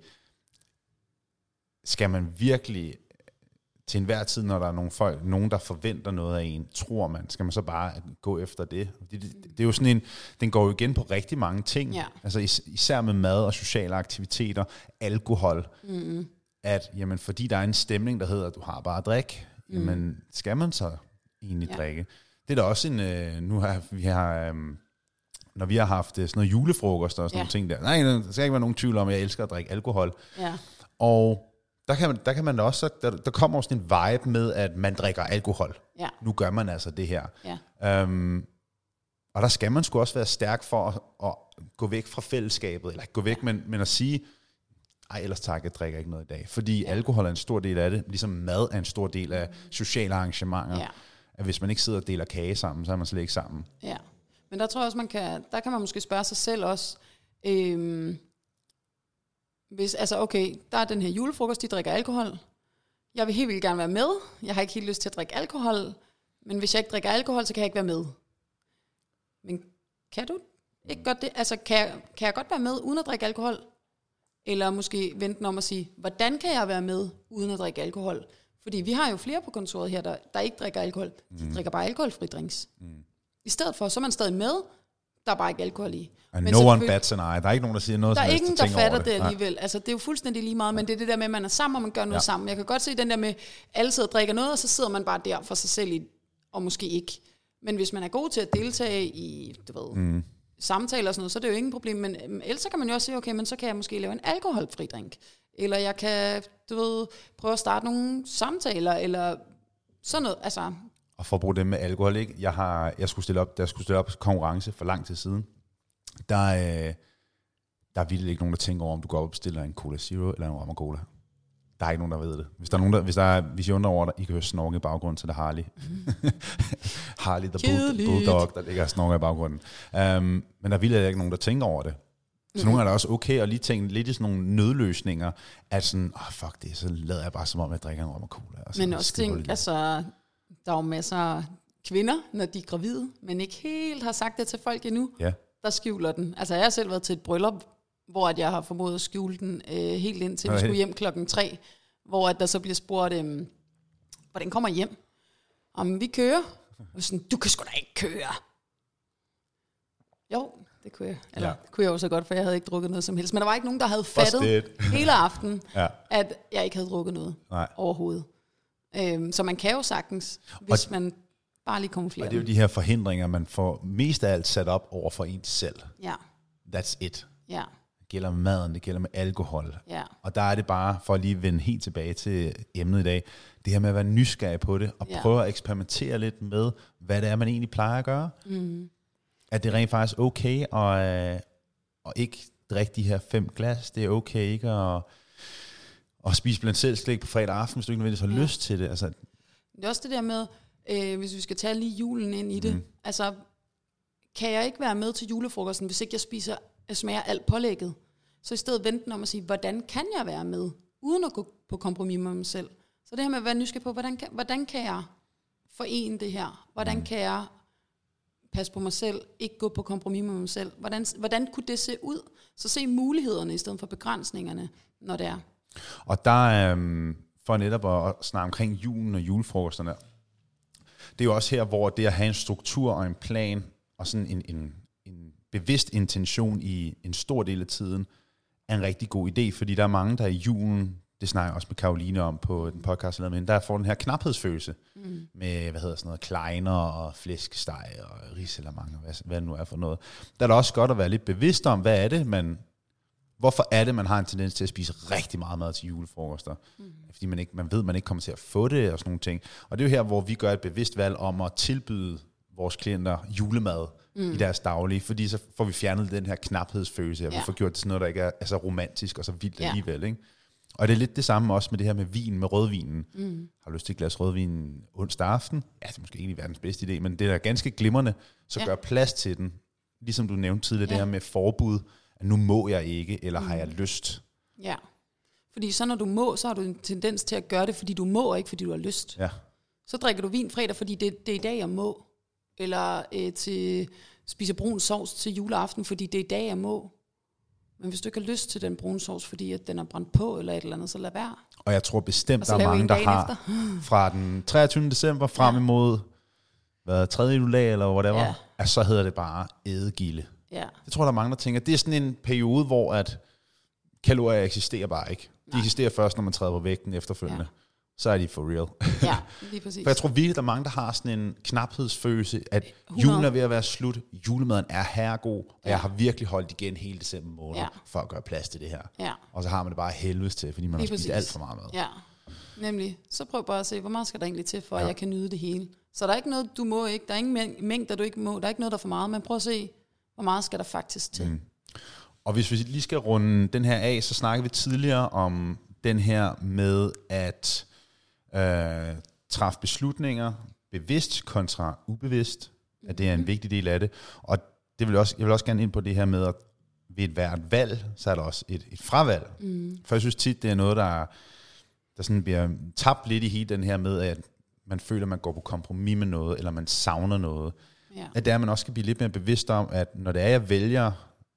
skal man virkelig til enhver tid, når der er nogle folk, nogen, der forventer noget af en, tror man, skal man så bare gå efter det? Det, det, det er jo sådan en, den går jo igen på rigtig mange ting, ja. Altså is, især med mad og sociale aktiviteter, alkohol, mm-hmm. at jamen, fordi der er en stemning, der hedder, at du har bare at drikke, mm. jamen skal man så egentlig ja. drikke? Det er der også en, øh, nu har vi har, øh, når vi har haft sådan noget julefrokost og sådan ja. nogle ting der, nej, der skal ikke være nogen tvivl om, at jeg elsker at drikke alkohol. Ja. Og Der kan, man, der kan man også, der, der kommer også en vibe med, at man drikker alkohol. Ja. Nu gør man altså det her. Ja. Um, og der skal man sgu også være stærk for at, at gå væk fra fællesskabet, eller ikke gå væk, ja. men, men at sige, ej, ellers tak, jeg drikker ikke noget i dag. Fordi ja. alkohol er en stor del af det, ligesom mad er en stor del af sociale arrangementer. Ja. At hvis man ikke sidder og deler kage sammen, så er man slet ikke sammen. Ja, men der tror jeg også, man kan, der kan man måske spørge sig selv også, øhm, hvis, altså okay, der er den her julefrokost, de drikker alkohol. Jeg vil helt vildt gerne være med. Jeg har ikke helt lyst til at drikke alkohol. Men hvis jeg ikke drikker alkohol, så kan jeg ikke være med. Men kan du ikke godt det? Altså kan jeg, kan jeg godt være med uden at drikke alkohol? Eller måske vente den om at sige, hvordan kan jeg være med uden at drikke alkohol? Fordi vi har jo flere på kontoret her, der, der ikke drikker alkohol. De mm. drikker bare alkoholfri drinks. Mm. I stedet for, så er man stadig med, der er bare ikke alkohol i. And no one bats an eye. Der er ikke nogen, der siger noget. Der er ingen, der fatter det, det alligevel. Altså, det er jo fuldstændig lige meget, men det er det der med, at man er sammen, og man gør noget ja. sammen. Jeg kan godt se den der med, at alle sidder og drikker noget, og så sidder man bare der for sig selv, i, og måske ikke. Men hvis man er god til at deltage i, du ved, mm. samtaler og sådan noget, så er det jo ingen problem. Men ellers så kan man jo også sige, okay, men så kan jeg måske lave en alkoholfri drink. Eller jeg kan, du ved, prøve at starte nogle samtaler, eller sådan noget. Altså. Og for at bruge det med alkohol, ikke? Jeg, har, jeg skulle stille op, der skulle stille op konkurrence for lang tid siden. Der, øh, der er virkelig ikke nogen, der tænker over, om du går op og bestiller en Cola Zero eller en rom og cola. Der er ikke nogen, der ved det. Hvis der er nogen, der, hvis der er, hvis I undrer over, at I kan høre snorke i baggrunden, så er det Harley. Mm. Harley, the bull, bulldog, der ligger og snorker i baggrunden. Um, men der er virkelig ikke nogen, der tænker over det. Så mm. nogle er der også okay at lige tænke lidt i sådan nogle nødløsninger, at sådan, åh oh, fuck det, så lader jeg bare som om, jeg drikker en rom og cola. Og men også tænk, altså, der er jo masser af kvinder, når de er gravide, men ikke helt har sagt det til folk endnu. Ja. Der skjuler den. Altså jeg har selv været til et bryllup, hvor at jeg har formået at skjule den øh, helt ind til vi skulle hjem klokken tre, hvor at der så bliver spurgt, øh, hvordan kommer I hjem? Om vi kører? Og sådan, du kan sgu da ikke køre. Jo, det kunne jeg. Eller ja. det kunne jeg også godt, for jeg havde ikke drukket noget som helst. Men der var ikke nogen, der havde fattet hele aftenen, ja. at jeg ikke havde drukket noget Nej. overhovedet. Øhm, så man kan jo sagtens, hvis og man bare lige kommer flere. Og det er jo de her forhindringer, man får mest af alt sat op over for ens selv. Ja. That's it. Ja. Det gælder med maden, det gælder med alkohol. Ja. Og der er det bare, for at lige vende helt tilbage til emnet i dag, det her med at være nysgerrig på det, og ja. prøve at eksperimentere lidt med, hvad det er, man egentlig plejer at gøre. Mm. At det rent faktisk okay at, at ikke drikke de her fem glas. Det er okay ikke at, at spise blandt selv slik på fredag aften, hvis du ikke nødvendigvis har ja. lyst til det. Altså, det er også det der med, øh, hvis vi skal tage lige julen ind i det. Mm. Altså, kan jeg ikke være med til julefrokosten, hvis ikke jeg spiser, jeg smager alt pålægget? Så i stedet vente om at sige, hvordan kan jeg være med, uden at gå på kompromis med mig selv? Så det her med at være nysgerrig på, hvordan kan, hvordan kan jeg forene det her? Hvordan kan jeg passe på mig selv, ikke gå på kompromis med mig selv? Hvordan, hvordan kunne det se ud? Så se mulighederne i stedet for begrænsningerne, når det er. Og der er, øhm, for netop at snakke omkring julen og julefrokosterne, det er jo også her, hvor det at have en struktur og en plan, og sådan en, en, en bevidst intention i en stor del af tiden, er en rigtig god idé, fordi der er mange, der i julen, det snakker jeg også med Karoline om på den podcast, men der får den her knaphedsfølelse mm. med, hvad hedder sådan noget, kleiner og flæskesteg og risalamande, hvad, hvad det nu er for noget. Der er det også godt at være lidt bevidst om, hvad er det, man, hvorfor er det, man har en tendens til at spise rigtig meget mad til julefrokoster? Mm. Fordi man, ikke, man ved, man ikke kommer til at få det og sådan nogle ting. Og det er jo her, hvor vi gør et bevidst valg om at tilbyde vores klienter julemad mm. i deres daglige, fordi så får vi fjernet den her knaphedsfølelse, og ja. vi får gjort det sådan noget, der ikke er, er så romantisk og så vildt ja. alligevel, ikke? Og det er lidt det samme også med det her med vin, med rødvinen. Mm. Har du lyst til et glas rødvin onsdag aften? Ja, det er måske ikke verdens bedste idé, men det er ganske glimrende, så ja. gør plads til den. Ligesom du nævnte tidligere, ja. det her med forbud, at nu må jeg ikke, eller mm. har jeg lyst? Ja, fordi så når du må, så har du en tendens til at gøre det, fordi du må, og ikke fordi du har lyst. Ja. Så drikker du vin fredag, fordi det, det er i dag, jeg må. Eller øh, til spiser brun sovs til juleaften, fordi det er i dag, jeg må. Men hvis du ikke har lyst til den brune sovs, fordi at den er brændt på, eller et eller andet, så lad være. Og jeg tror bestemt, der er mange, der har efter. fra den treogtyvende december frem ja. imod hvad, tredje juledag, eller whatever, ja. at så hedder det bare ædegilde. Ja. Det tror jeg, der er mange, der tænker. Det er sådan en periode, hvor at kalorier eksisterer bare ikke. De Nej. eksisterer først, når man træder på vægten efterfølgende. Ja. Så er de for real. Ja, lige præcis. For jeg tror virkelig, der er mange, der har sådan en knaphedsfølelse, at hundrede julen er ved at være slut, julemaden er herregod, og ja. jeg har virkelig holdt igen hele december måned, ja. for at gøre plads til det her. Ja. Og så har man det bare helvedes til, fordi man lige har spist alt for meget mad. Ja, nemlig. Så prøv bare at se, hvor meget skal der egentlig til, for ja. at jeg kan nyde det hele. Så der er ikke noget, du må ikke, der er ingen mængder, du ikke må, der er ikke noget, der er for meget, men prøv at se, hvor meget skal der faktisk til. Mm. Og hvis vi lige skal runde den her af, så snakkede vi tidligere om den her med at Øh, træffe beslutninger bevidst kontra ubevidst, at det er en vigtig del af det. Og det vil også, jeg vil også gerne ind på det her med, at ved et hvert valg, så er der også et, et fravalg. Mm. For jeg synes tit, det er noget, der, der sådan bliver tabt lidt i hele den her med, at man føler, at man går på kompromis med noget, eller man savner noget. Ja. At det er, at man også skal blive lidt mere bevidst om, at når det er, jeg vælger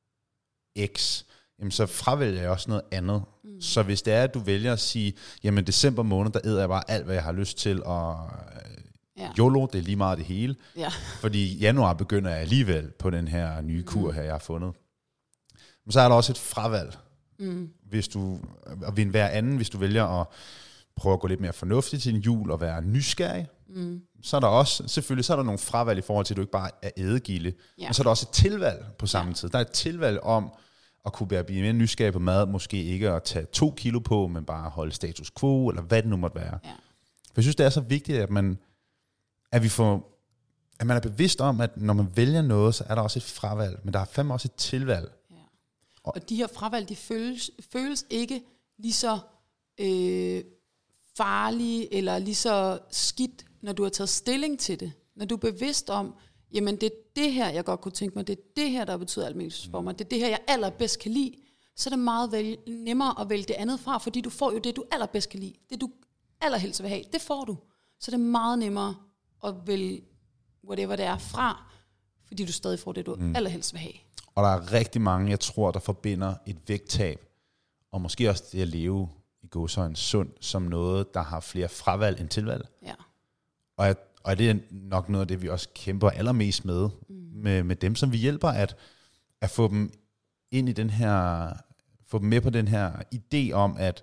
X, jamen så fravælger jeg også noget andet. Mm. Så hvis det er, at du vælger at sige, jamen december måned, der æder jeg bare alt, hvad jeg har lyst til, og ja. YOLO, det er lige meget det hele. Ja. Fordi januar begynder jeg alligevel på den her nye kur her, jeg har fundet. Men så er der også et fravalg. Mm. Hvis du, og ved hver anden, hvis du vælger at prøve at gå lidt mere fornuftigt til en jul, og være nysgerrig, mm. så er der også, selvfølgelig, så er der nogle fravalg i forhold til, at du ikke bare er ædegilde, ja. men så er der også et tilvalg på samme ja. tid. Der er et tilvalg om, at kunne blive mere nysgerrig på mad, måske ikke at tage to kilo på, men bare holde status quo, eller hvad det nu måtte være. Ja. For jeg synes, det er så vigtigt, at man, at vi får, at man er bevidst om, at når man vælger noget, så er der også et fravalg, men der er fandme også et tilvalg. Ja. Og, og de her fravalg, de føles, føles ikke lige så øh, farlige, eller lige så skidt, når du har taget stilling til det. Når du er bevidst om, jamen det er det her, jeg godt kunne tænke mig, det er det her, der betyder alt for mig, det er det her, jeg allerbedst kan lide, så er det meget vælge, nemmere at vælge det andet fra, fordi du får jo det, du allerbedst kan lide, det du allerhelst vil have, det får du. Så det er meget nemmere at vælge whatever det er fra, fordi du stadig får det, du mm. allerhelst vil have. Og der er rigtig mange, jeg tror, der forbinder et vægttab, og måske også det at leve i gåseøjne sund, som noget, der har flere fravalg end tilvalg. Ja. Og jeg Og det er nok noget af det, vi også kæmper allermest med, mm. med, med dem, som vi hjælper, at, at få dem ind i den her, få dem med på den her idé om, at,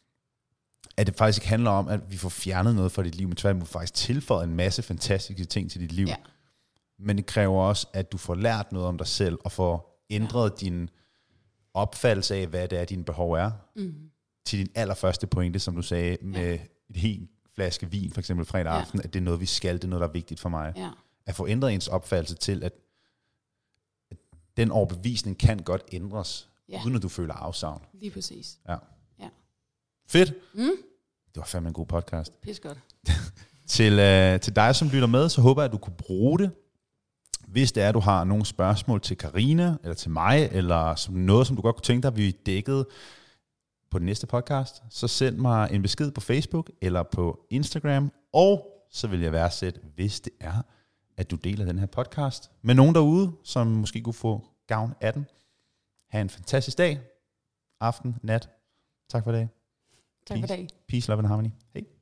at det faktisk ikke handler om, at vi får fjernet noget fra dit liv, men tværtimod faktisk tilføjet en masse fantastiske ting til dit liv. Ja. Men det kræver også, at du får lært noget om dig selv, og får ændret ja. din opfattelse af, hvad det er, dine behov er, mm. til din allerførste pointe, som du sagde, med ja. et helt flaske vin, for eksempel fredag ja. aften, at det er noget, vi skal, det er noget, der er vigtigt for mig. Ja. At få ændret ens opfattelse til, at, at den overbevisning kan godt ændres, ja. uden at du føler afsavn. Lige præcis. Ja. Ja. Fedt. Mm. Det var fandme en god podcast. Pis godt. til, øh, til dig, som lytter med, så håber jeg, at du kunne bruge det. Hvis det er, at du har nogle spørgsmål til Karina, eller til mig, eller som noget, som du godt kunne tænke dig, vi dækkede på den næste podcast, så send mig en besked på Facebook eller på Instagram, og så vil jeg værdsætte, hvis det er, at du deler den her podcast med nogen derude, som måske kunne få gavn af den. Ha' en fantastisk dag, aften, nat. Tak for i dag. Tak for i dag. Peace, love and harmony. Hej.